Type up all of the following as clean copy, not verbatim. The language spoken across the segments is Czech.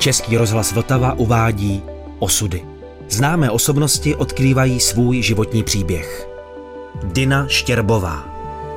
Český rozhlas Vltava uvádí Osudy. Známé osobnosti odkrývají svůj životní příběh. Dina Štěrbová.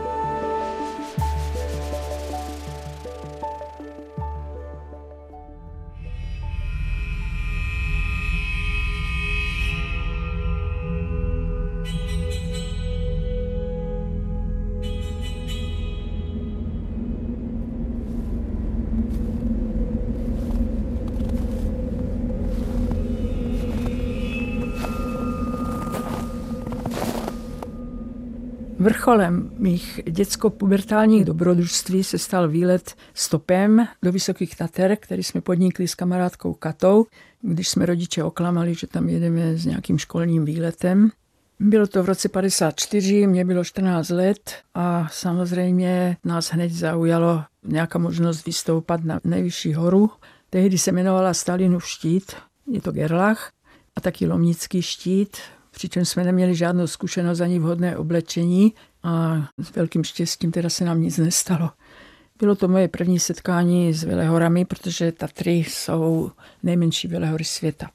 Vrcholem mých dětsko-pubertálních dobrodružství se stal výlet stopem do Vysokých Tater, který jsme podnikli s kamarádkou Katou, když jsme rodiče oklamali, že tam jedeme s nějakým školním výletem. Bylo to v roce 54, mě bylo 14 let a samozřejmě nás hned zaujalo nějaká možnost vystoupat na nejvyšší horu. Tehdy se jmenovala Stalinův štít, je to Gerlach, a taky Lomnický štít, přičemž jsme neměli žádnou zkušenost ani vhodné oblečení a s velkým štěstím teda se nám nic nestalo. Bylo to moje první setkání s velehorami, protože Tatry jsou nejmenší velehory světa.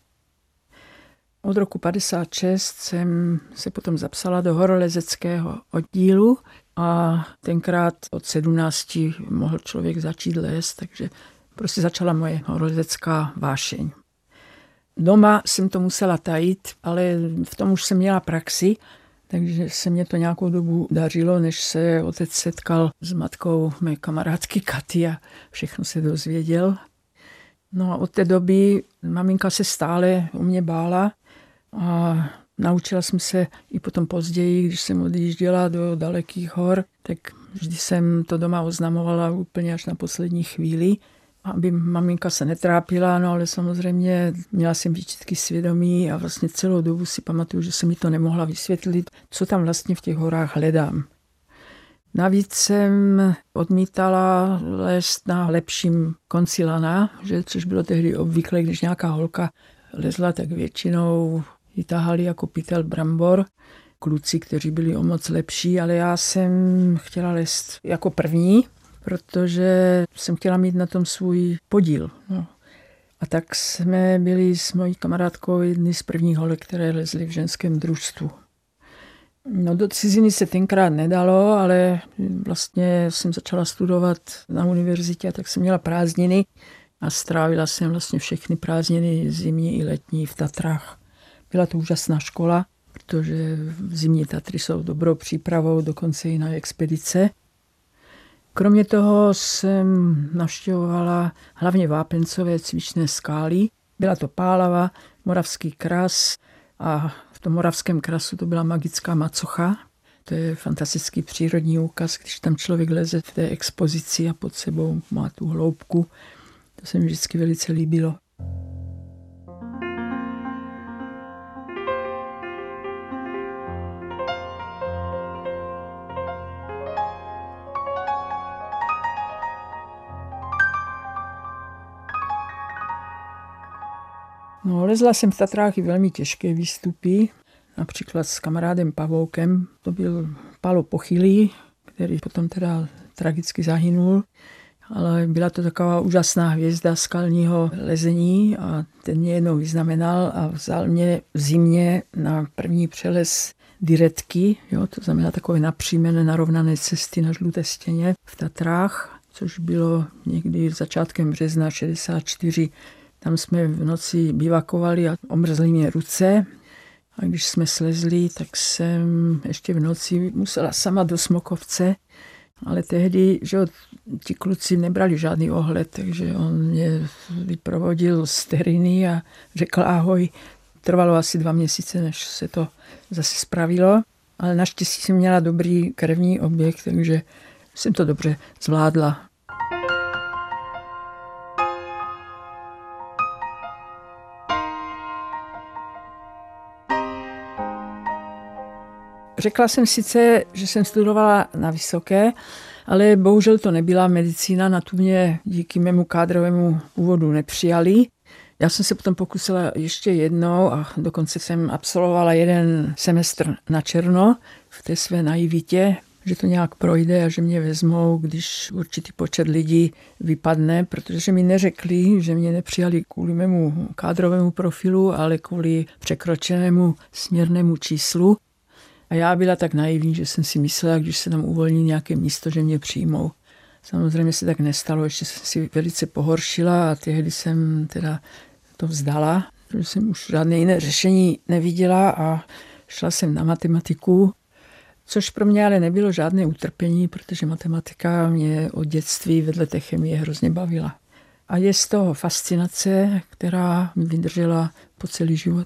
Od roku 56 jsem se potom zapsala do horolezeckého oddílu a tenkrát od 17 mohl člověk začít lézt, takže prostě začala moje horolezecká vášeň. Doma jsem to musela tajit, ale v tom už jsem měla praxi, takže se mě to nějakou dobu dařilo, než se otec setkal s matkou mé kamarádky Katy a všechno se dozvěděl. No a od té doby maminka se stále o mě bála a naučila jsem se i potom později, když jsem odjížděla do dalekých hor, tak vždy jsem to doma oznamovala úplně až na poslední chvíli, aby maminka se netrápila, no ale samozřejmě měla jsem výčitky svědomí a vlastně celou dobu si pamatuju, že jsem mi to nemohla vysvětlit, co tam vlastně v těch horách hledám. Navíc jsem odmítala lézt na lepším konci lana, což bylo tehdy obvyklé, když nějaká holka lezla, tak většinou ji tahali jako pytel brambor, kluci, kteří byli o moc lepší, ale já jsem chtěla lézt jako první, protože jsem chtěla mít na tom svůj podíl. No. A tak jsme byli s mojí kamarádkou jedni z prvních holek, které lezly v ženském družstvu. No, do ciziny se tenkrát nedalo, ale vlastně jsem začala studovat na univerzitě, tak jsem měla prázdniny a strávila jsem vlastně všechny prázdniny zimní i letní v Tatrách. Byla to úžasná škola, protože zimní Tatry jsou dobrou přípravou dokonce i na expedice. Kromě toho jsem navštěvovala hlavně vápencové cvičné skály. Byla to Pálava, Moravský kras a v tom Moravském krasu to byla magická macocha. To je fantastický přírodní úkaz, když tam člověk leze v té expozici a pod sebou má tu hloubku. To se mi vždycky velice líbilo. No, lezla jsem v Tatrách i velmi těžké výstupy, například s kamarádem Pavoukem. To byl Pálo Pochylý, který potom teda tragicky zahynul, ale byla to taková úžasná hvězda skalního lezení a ten mě jednou vyznamenal a vzal mě v zimě na první přeles Dyretky, to znamená takové napřímené narovnané cesty na žluté stěně v Tatrách, což bylo někdy začátkem března 64. Tam jsme v noci bivakovali a omrzly mě ruce. A když jsme slezli, tak jsem ještě v noci musela sama do Smokovce. Ale tehdy, že ti kluci nebrali žádný ohled, takže on mě vyprovodil z teriny a řekl ahoj. Trvalo asi 2 měsíce, než se to zase spravilo. Ale naštěstí jsem měla dobrý krevní oběh, takže jsem to dobře zvládla. Řekla jsem sice, že jsem studovala na vysoké, ale bohužel to nebyla medicína, na tu mě díky mému kádrovému úvodu nepřijali. Já jsem se potom pokusila ještě jednou a dokonce jsem absolvovala 1 semestr na černo v té své naivitě, že to nějak projde a že mě vezmou, když určitý počet lidí vypadne, protože mi neřekli, že mě nepřijali kvůli mému kádrovému profilu, ale kvůli překročenému směrnému číslu. A já byla tak naivní, že jsem si myslela, když se tam uvolní nějaké místo, že mě přijmou. Samozřejmě se tak nestalo, ještě jsem si velice pohoršila a tehdy jsem teda to vzdala, protože jsem už žádné jiné řešení neviděla a šla jsem na matematiku, což pro mě ale nebylo žádné utrpení, protože matematika mě od dětství vedle té chemie hrozně bavila. A je z toho fascinace, která mi vydržela po celý život.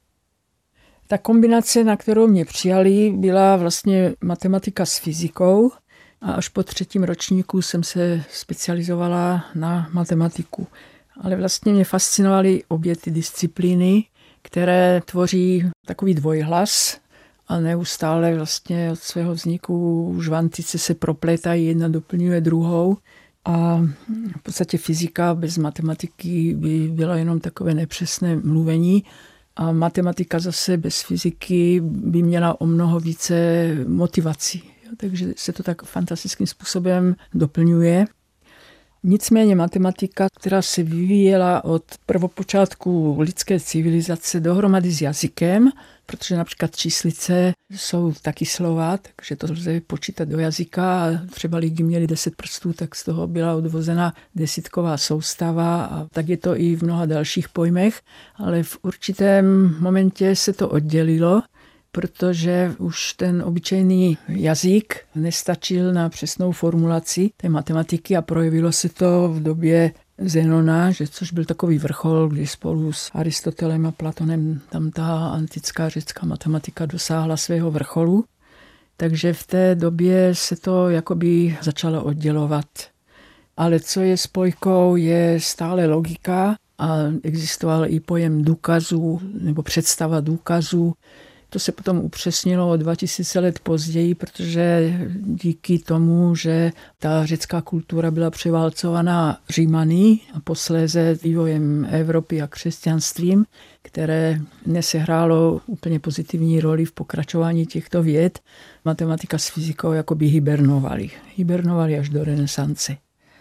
Ta kombinace, na kterou mě přijali, byla vlastně matematika s fyzikou a až po 3. ročníku jsem se specializovala na matematiku. Ale vlastně mě fascinovaly obě ty disciplíny, které tvoří takový dvojhlas a neustále vlastně od svého vzniku žvantice se proplétají, jedna doplňuje druhou. A v podstatě fyzika bez matematiky by bylo jenom takové nepřesné mluvení a matematika zase bez fyziky by měla o mnoho více motivací. Takže se to tak fantastickým způsobem doplňuje. Nicméně matematika, která se vyvíjela od prvopočátku lidské civilizace dohromady s jazykem, protože například číslice jsou taky slova, takže to lze počítat do jazyka a třeba lidi měli 10 prstů, tak z toho byla odvozena desítková soustava a tak je to i v mnoha dalších pojmech, ale v určitém momentě se to oddělilo, protože už ten obyčejný jazyk nestačil na přesnou formulaci té matematiky a projevilo se to v době Zenona, což byl takový vrchol, kdy spolu s Aristotelem a Platonem tam ta antická řecká matematika dosáhla svého vrcholu. Takže v té době se to jakoby začalo oddělovat. Ale co je spojkou, je stále logika a existoval i pojem důkazů nebo představa důkazů. To se potom upřesnilo o 2000 let později, protože díky tomu, že ta řecká kultura byla převálcovaná Římany a posléze vývojem Evropy a křesťanstvím, které nesehrálo úplně pozitivní roli v pokračování těchto věd, matematika s fyzikou jakoby hibernovali až do renesance.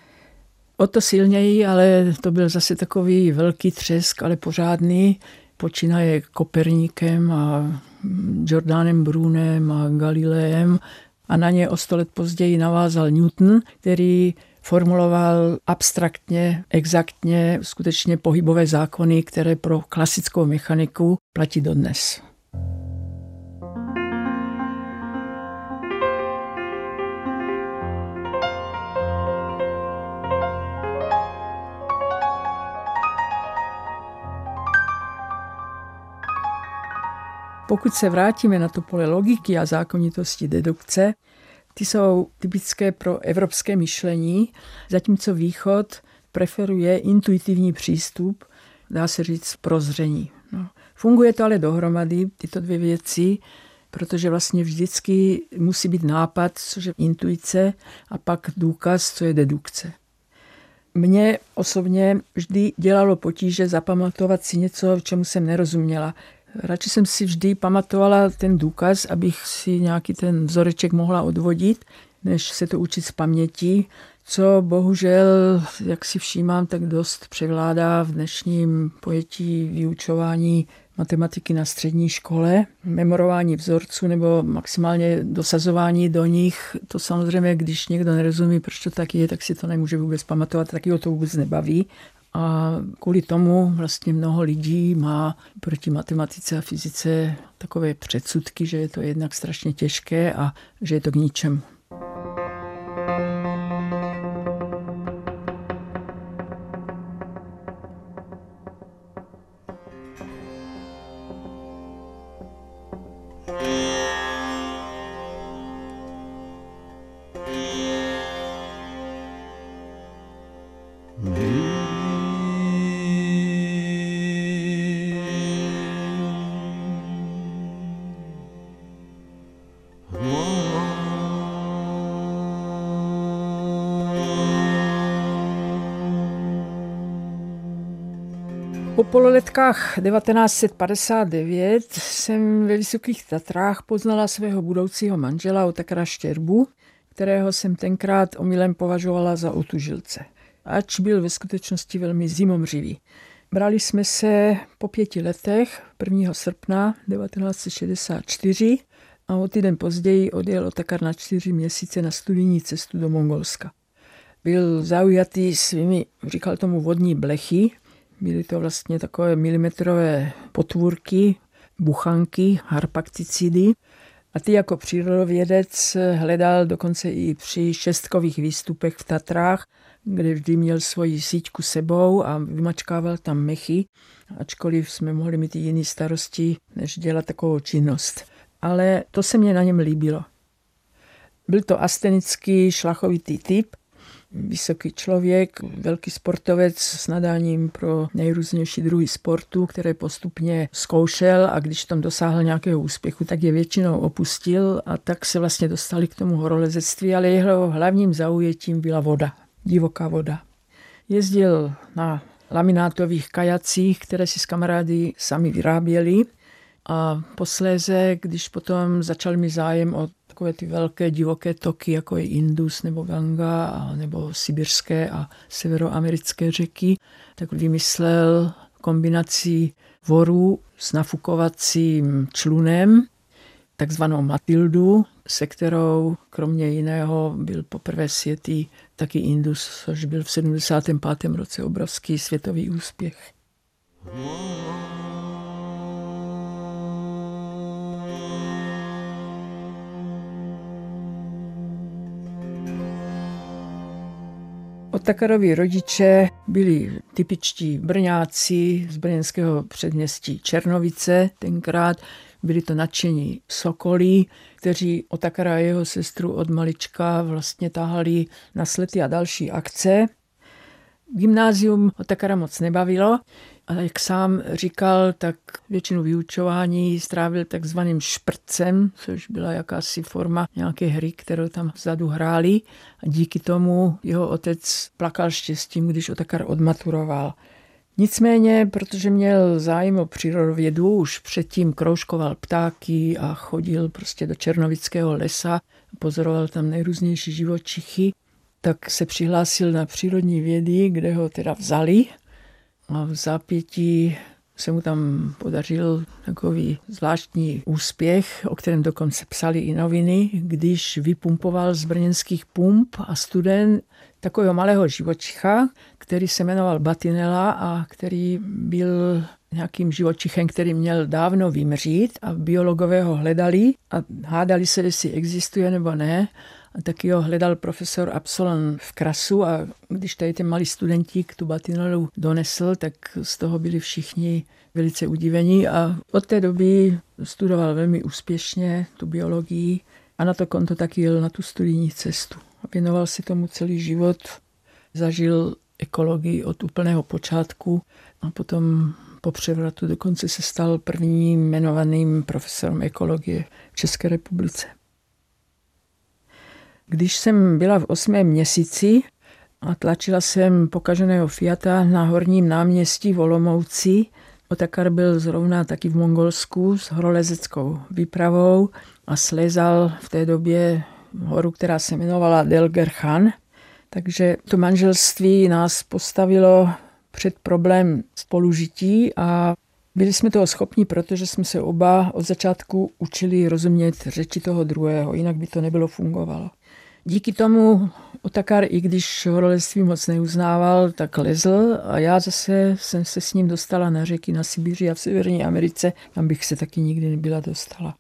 O to silněji, ale to byl zase takový velký třesk, ale pořádný, počínaje Koperníkem a Jordanem Brunem a Galileem a na ně o 100 let později navázal Newton, který formuloval abstraktně, exaktně skutečně pohybové zákony, které pro klasickou mechaniku platí dodnes. Pokud se vrátíme na to pole logiky a zákonitosti dedukce, ty jsou typické pro evropské myšlení, zatímco Východ preferuje intuitivní přístup, dá se říct prozření. Funguje to ale dohromady, tyto dvě věci, protože vlastně vždycky musí být nápad, což je intuice, a pak důkaz, co je dedukce. Mně osobně vždy dělalo potíže zapamatovat si něco, čemu jsem nerozuměla. Radši jsem si vždy pamatovala ten důkaz, abych si nějaký ten vzoreček mohla odvodit, než se to učit z paměti, co bohužel, jak si všímám, tak dost převládá v dnešním pojetí vyučování matematiky na střední škole. Memorování vzorců nebo maximálně dosazování do nich, to samozřejmě, když někdo nerozumí, proč to tak je, tak si to nemůže vůbec pamatovat, taky ho to vůbec nebaví. A kvůli tomu vlastně mnoho lidí má proti matematice a fyzice takové předsudky, že je to jednak strašně těžké a že je to k ničemu. Po pololetkách 1959 jsem ve Vysokých Tatrách poznala svého budoucího manžela Otakara Štěrbu, kterého jsem tenkrát omylem považovala za otužilce. Ač byl ve skutečnosti velmi zimomřivý. Brali jsme se po 5 letech, 1. srpna 1964 a o týden později odjel Otakar na 4 měsíce na studijní cestu do Mongolska. Byl zaujatý svými, říkal tomu, vodní blechy. Byly to vlastně takové milimetrové potvůrky, buchanky, harpakticidy. A ty jako přírodovědec hledal dokonce i při šestkových výstupech v Tatrách, kde vždy měl svoji síťku sebou a vymačkával tam mechy, ačkoliv jsme mohli mít i jiné starosti, než dělat takovou činnost. Ale to se mně na něm líbilo. Byl to astenický šlachovitý typ, vysoký člověk, velký sportovec s nadáním pro nejrůznější druhy sportu, které postupně zkoušel a když tam dosáhl nějakého úspěchu, tak je většinou opustil a tak se vlastně dostali k tomu horolezectví, ale jeho hlavním zaujetím byla voda, divoká voda. Jezdil na laminátových kajacích, které si s kamarády sami vyráběli a posléze, když potom začal mi zájem o takové ty velké divoké toky, jako je Indus nebo Ganga, nebo sibirské a severoamerické řeky, tak vymyslel kombinaci vorů s nafukovacím člunem, takzvanou Matildu, se kterou kromě jiného byl poprvé sjetý taky Indus, což byl v 75. roce obrovský světový úspěch. Otakarovi rodiče byli typičtí Brňáci z brněnského předměstí Černovice tenkrát. Byli to nadšení sokolí, kteří Otakara a jeho sestru od malička vlastně tahali na slety a další akce. Gymnázium Otakara moc nebavilo, ale jak sám říkal, tak většinu vyučování strávil takzvaným šprcem, což byla jakási forma nějaké hry, kterou tam vzadu hráli. A díky tomu jeho otec plakal štěstím, když Otakar odmaturoval. Nicméně, protože měl zájem o přírodovědu, už předtím kroužkoval ptáky a chodil prostě do Černovického lesa, pozoroval tam nejrůznější živočichy, tak se přihlásil na přírodní vědy, kde ho teda vzali a v zápětí se mu tam podařil takový zvláštní úspěch, o kterém dokonce psali i noviny, když vypumpoval z brněnských pump a studen takového malého živočicha, který se jmenoval Batinela a který byl nějakým živočichem, který měl dávno vymřít a biologové ho hledali a hádali se, jestli existuje nebo ne. A taky ho hledal profesor Absolon v Krasu a když tady ten malý studentík tu Batinelu donesl, tak z toho byli všichni velice udivení a od té doby studoval velmi úspěšně tu biologii a na to konto taky jel na tu studijní cestu. Věnoval se tomu celý život, zažil ekologii od úplného počátku a potom po převratu dokonce se stal prvním jmenovaným profesorem ekologie v České republice. Když jsem byla v 8. měsíci a tlačila jsem pokaženého Fiata na Horním náměstí v Olomouci, Otakar byl zrovna taky v Mongolsku s horolezeckou výpravou a slézal v té době horu, která se jmenovala Delgerchan. Takže to manželství nás postavilo před problém spolužití a byli jsme toho schopni, protože jsme se oba od začátku učili rozumět řeči toho druhého, jinak by to nebylo fungovalo. Díky tomu Otakar, i když horolezství moc neuznával, tak lezl a já zase jsem se s ním dostala na řeky na Sibiři a v Severní Americe, tam bych se taky nikdy nebyla dostala.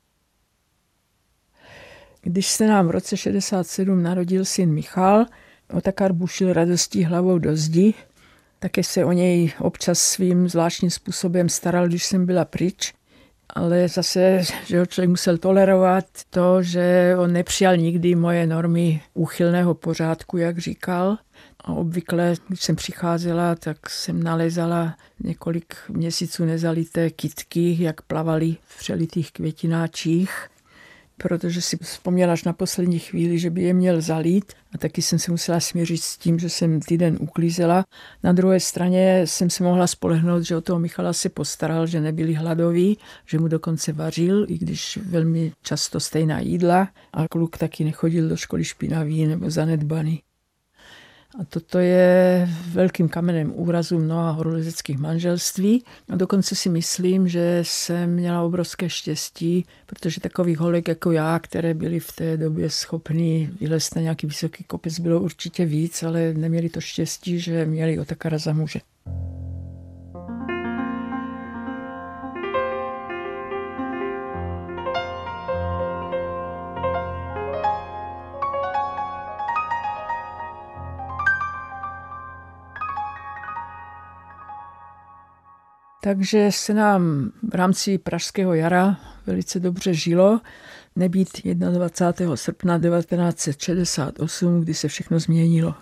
Když se nám v roce 67 narodil syn Michal, Otakar bušil radostí hlavou do zdi, také se o něj občas svým zvláštním způsobem staral, když jsem byla pryč. Ale zase, že ho člověk musel tolerovat to, že on nepřijal nikdy moje normy úchylného pořádku, jak říkal. A obvykle, když jsem přicházela, tak jsem nalézala několik měsíců nezalité kytky, jak plavaly v přelitých květináčích. protože si vzpomněla až na poslední chvíli, že by je měl zalít a taky jsem se musela smířit s tím, že jsem týden uklízela. Na druhé straně jsem se mohla spolehnout, že o toho Michala se postaral, že nebyli hladoví, že mu dokonce vařil, i když velmi často stejná jídla a kluk taky nechodil do školy špinavý nebo zanedbaný. A toto je velkým kamenem úrazu mnoha horolezeckých manželství. A dokonce si myslím, že jsem měla obrovské štěstí, protože takových holek jako já, které byly v té době schopný vylézt na nějaký vysoký kopec, bylo určitě víc, ale neměli to štěstí, že měli Otakara za muže. Takže se nám v rámci Pražského jara velice dobře žilo, nebýt 21. srpna 1968, kdy se všechno změnilo.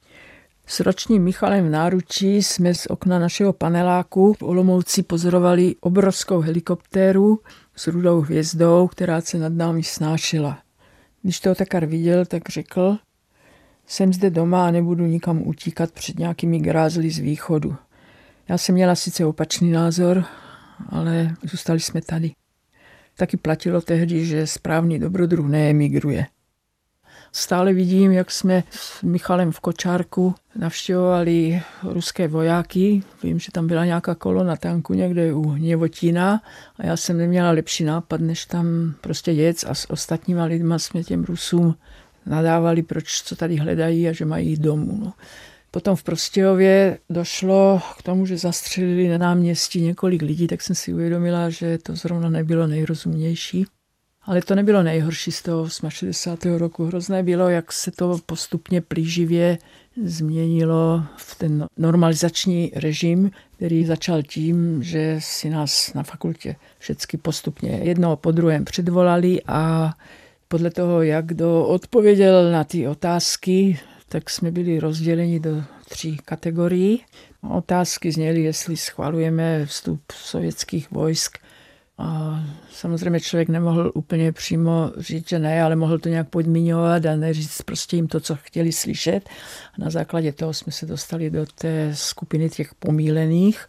S ročním Michalem v náručí jsme z okna našeho paneláku v Olomouci pozorovali obrovskou helikoptéru s rudou hvězdou, která se nad námi snášela. Když to Otakar viděl, tak řekl: jsem zde doma a nebudu nikam utíkat před nějakými grázly z východu. Já jsem měla sice opačný názor, ale zůstali jsme tady. Taky platilo tehdy, že správný dobrodruh neemigruje. Stále vidím, jak jsme s Michalem v kočárku navštěvovali ruské vojáky. Vím, že tam byla nějaká kolona tanku někde u Hněvotína a já jsem neměla lepší nápad, než tam prostě jet a s ostatníma lidma jsme těm Rusům nadávali, proč co tady hledají a že mají jít domů. No. Potom v Prostějově došlo k tomu, že zastřelili na náměstí několik lidí, tak jsem si uvědomila, že to zrovna nebylo nejrozumnější. Ale to nebylo nejhorší z toho 68. roku. Hrozné bylo, jak se to postupně plíživě změnilo v ten normalizační režim, který začal tím, že si nás na fakultě všechny postupně jednoho po druhém předvolali a podle toho, jak kdo odpověděl na ty otázky, tak jsme byli rozděleni do 3 kategorií. Otázky zněly, jestli schvalujeme vstup sovětských vojsk. A samozřejmě člověk nemohl úplně přímo říct, že ne, ale mohl to nějak podmiňovat a neříct prostě jim to, co chtěli slyšet. A na základě toho jsme se dostali do té skupiny těch pomílených,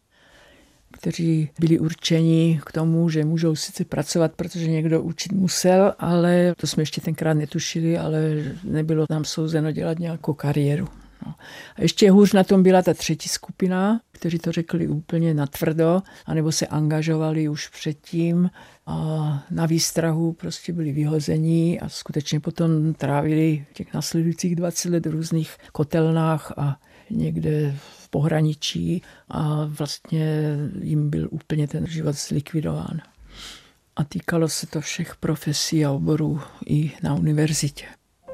kteří byli určeni k tomu, že můžou sice pracovat, protože někdo učit musel, ale to jsme ještě tenkrát netušili, ale nebylo tam souzeno dělat nějakou kariéru. No. A ještě hůř na tom byla ta 3. skupina, kteří to řekli úplně natvrdo, anebo se angažovali už předtím a na výstrahu prostě byli vyhození a skutečně potom trávili těch následujících 20 let v různých kotelnách a někde v pohraničí a vlastně jim byl úplně ten život zlikvidován. A týkalo se to všech profesí a oborů i na univerzitě.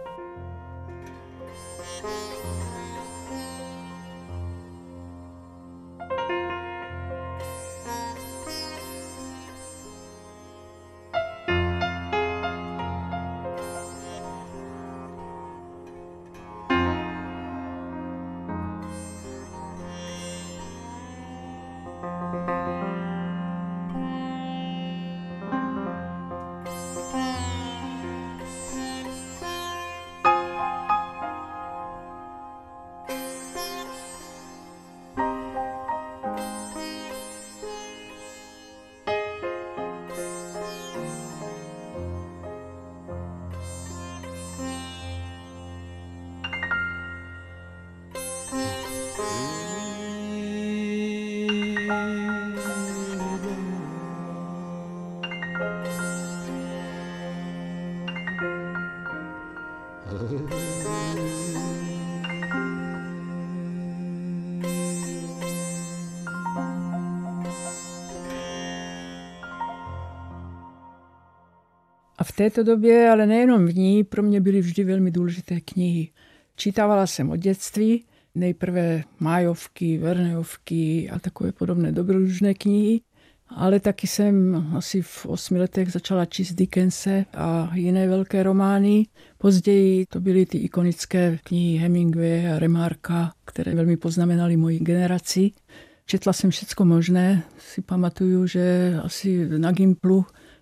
A v této době, ale nejenom v ní, pro mě byly vždy velmi důležité knihy. Čítávala jsem od dětství, nejprve Májovky, Verneovky a takové podobné dobrodružné knihy, ale taky jsem asi v 8 letech začala číst Dickense a jiné velké romány. Později to byly ty ikonické knihy Hemingwaye a Remarka, které velmi poznamenaly moji generaci. Četla jsem všecko možné, si pamatuju, že asi na Gimplu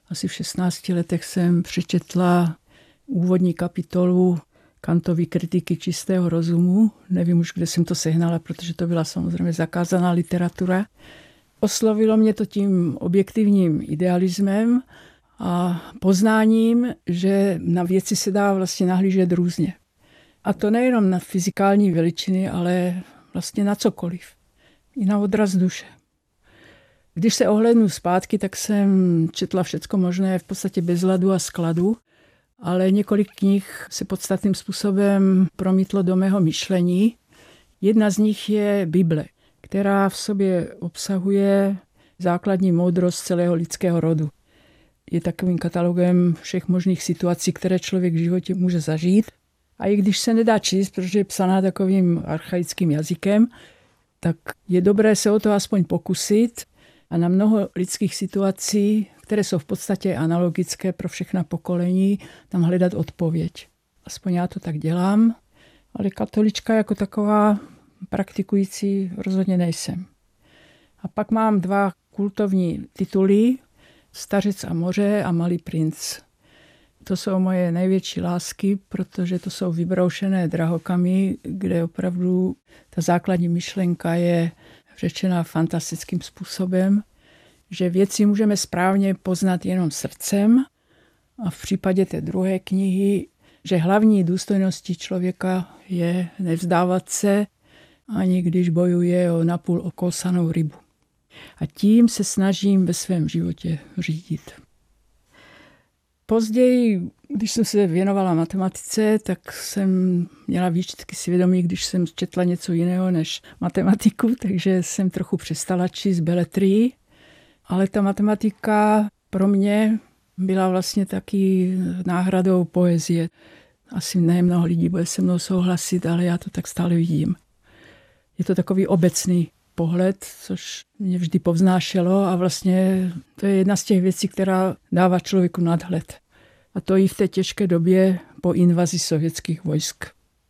Asi v 16 letech jsem přečetla úvodní kapitolu Kantovy kritiky čistého rozumu. Nevím už, kde jsem to sehnala, protože to byla samozřejmě zakázaná literatura. Oslovilo mě to tím objektivním idealismem a poznáním, že na věci se dá vlastně nahlížet různě. A to nejenom na fyzikální veličiny, ale vlastně na cokoliv. I na odraz duše. Když se ohlédnu zpátky, tak jsem četla všecko možné v podstatě bez ladu a skladu, ale několik knih se podstatným způsobem promítlo do mého myšlení. Jedna z nich je Bible, která v sobě obsahuje základní moudrost celého lidského rodu. Je takovým katalogem všech možných situací, které člověk v životě může zažít. A i když se nedá číst, protože je psaná takovým archaickým jazykem, tak je dobré se o to aspoň pokusit a na mnoho lidských situací, které jsou v podstatě analogické pro všechna pokolení, tam hledat odpověď. Aspoň já to tak dělám, ale katolička jako taková praktikující rozhodně nejsem. A pak mám 2 kultovní tituly, Stařec a moře a Malý princ. To jsou moje největší lásky, protože to jsou vybroušené drahokamy, kde opravdu ta základní myšlenka je řečena fantastickým způsobem, že věci můžeme správně poznat jenom srdcem a v případě té druhé knihy, že hlavní důstojností člověka je nevzdávat se, ani když bojuje o napůl okousanou rybu. A tím se snažím ve svém životě řídit. Později, když jsem se věnovala matematice, tak jsem měla výčitky svědomí, když jsem četla něco jiného než matematiku, takže jsem trochu přestala číst beletrii. Ale ta matematika pro mě byla vlastně taky náhradou poezie. Asi ne mnoho lidí bude se mnou souhlasit, ale já to tak stále vidím. Je to takový obecný pohled, což mě vždy povznášelo a vlastně to je jedna z těch věcí, která dává člověku nadhled. A to i v té těžké době po invazi sovětských vojsk.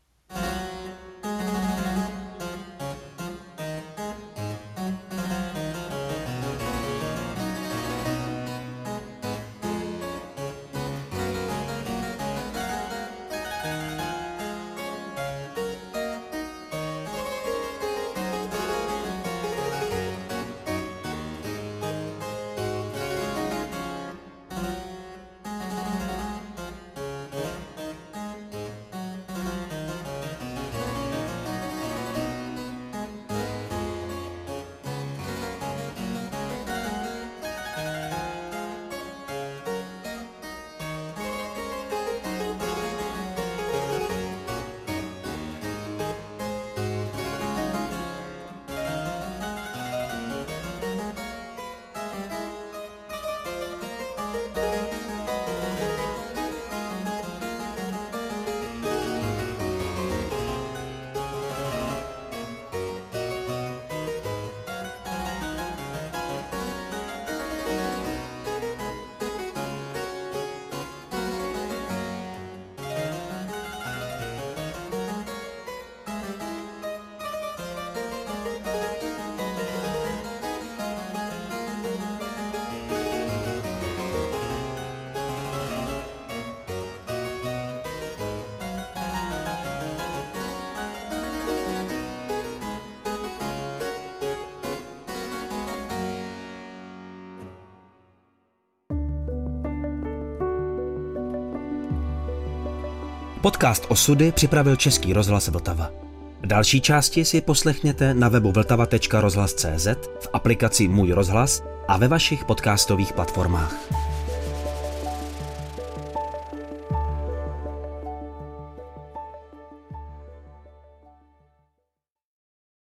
Podcast Osudy připravil Český rozhlas Vltava. Další části si poslechněte na webu vltava.rozhlas.cz, v aplikaci Můj rozhlas a ve vašich podcastových platformách.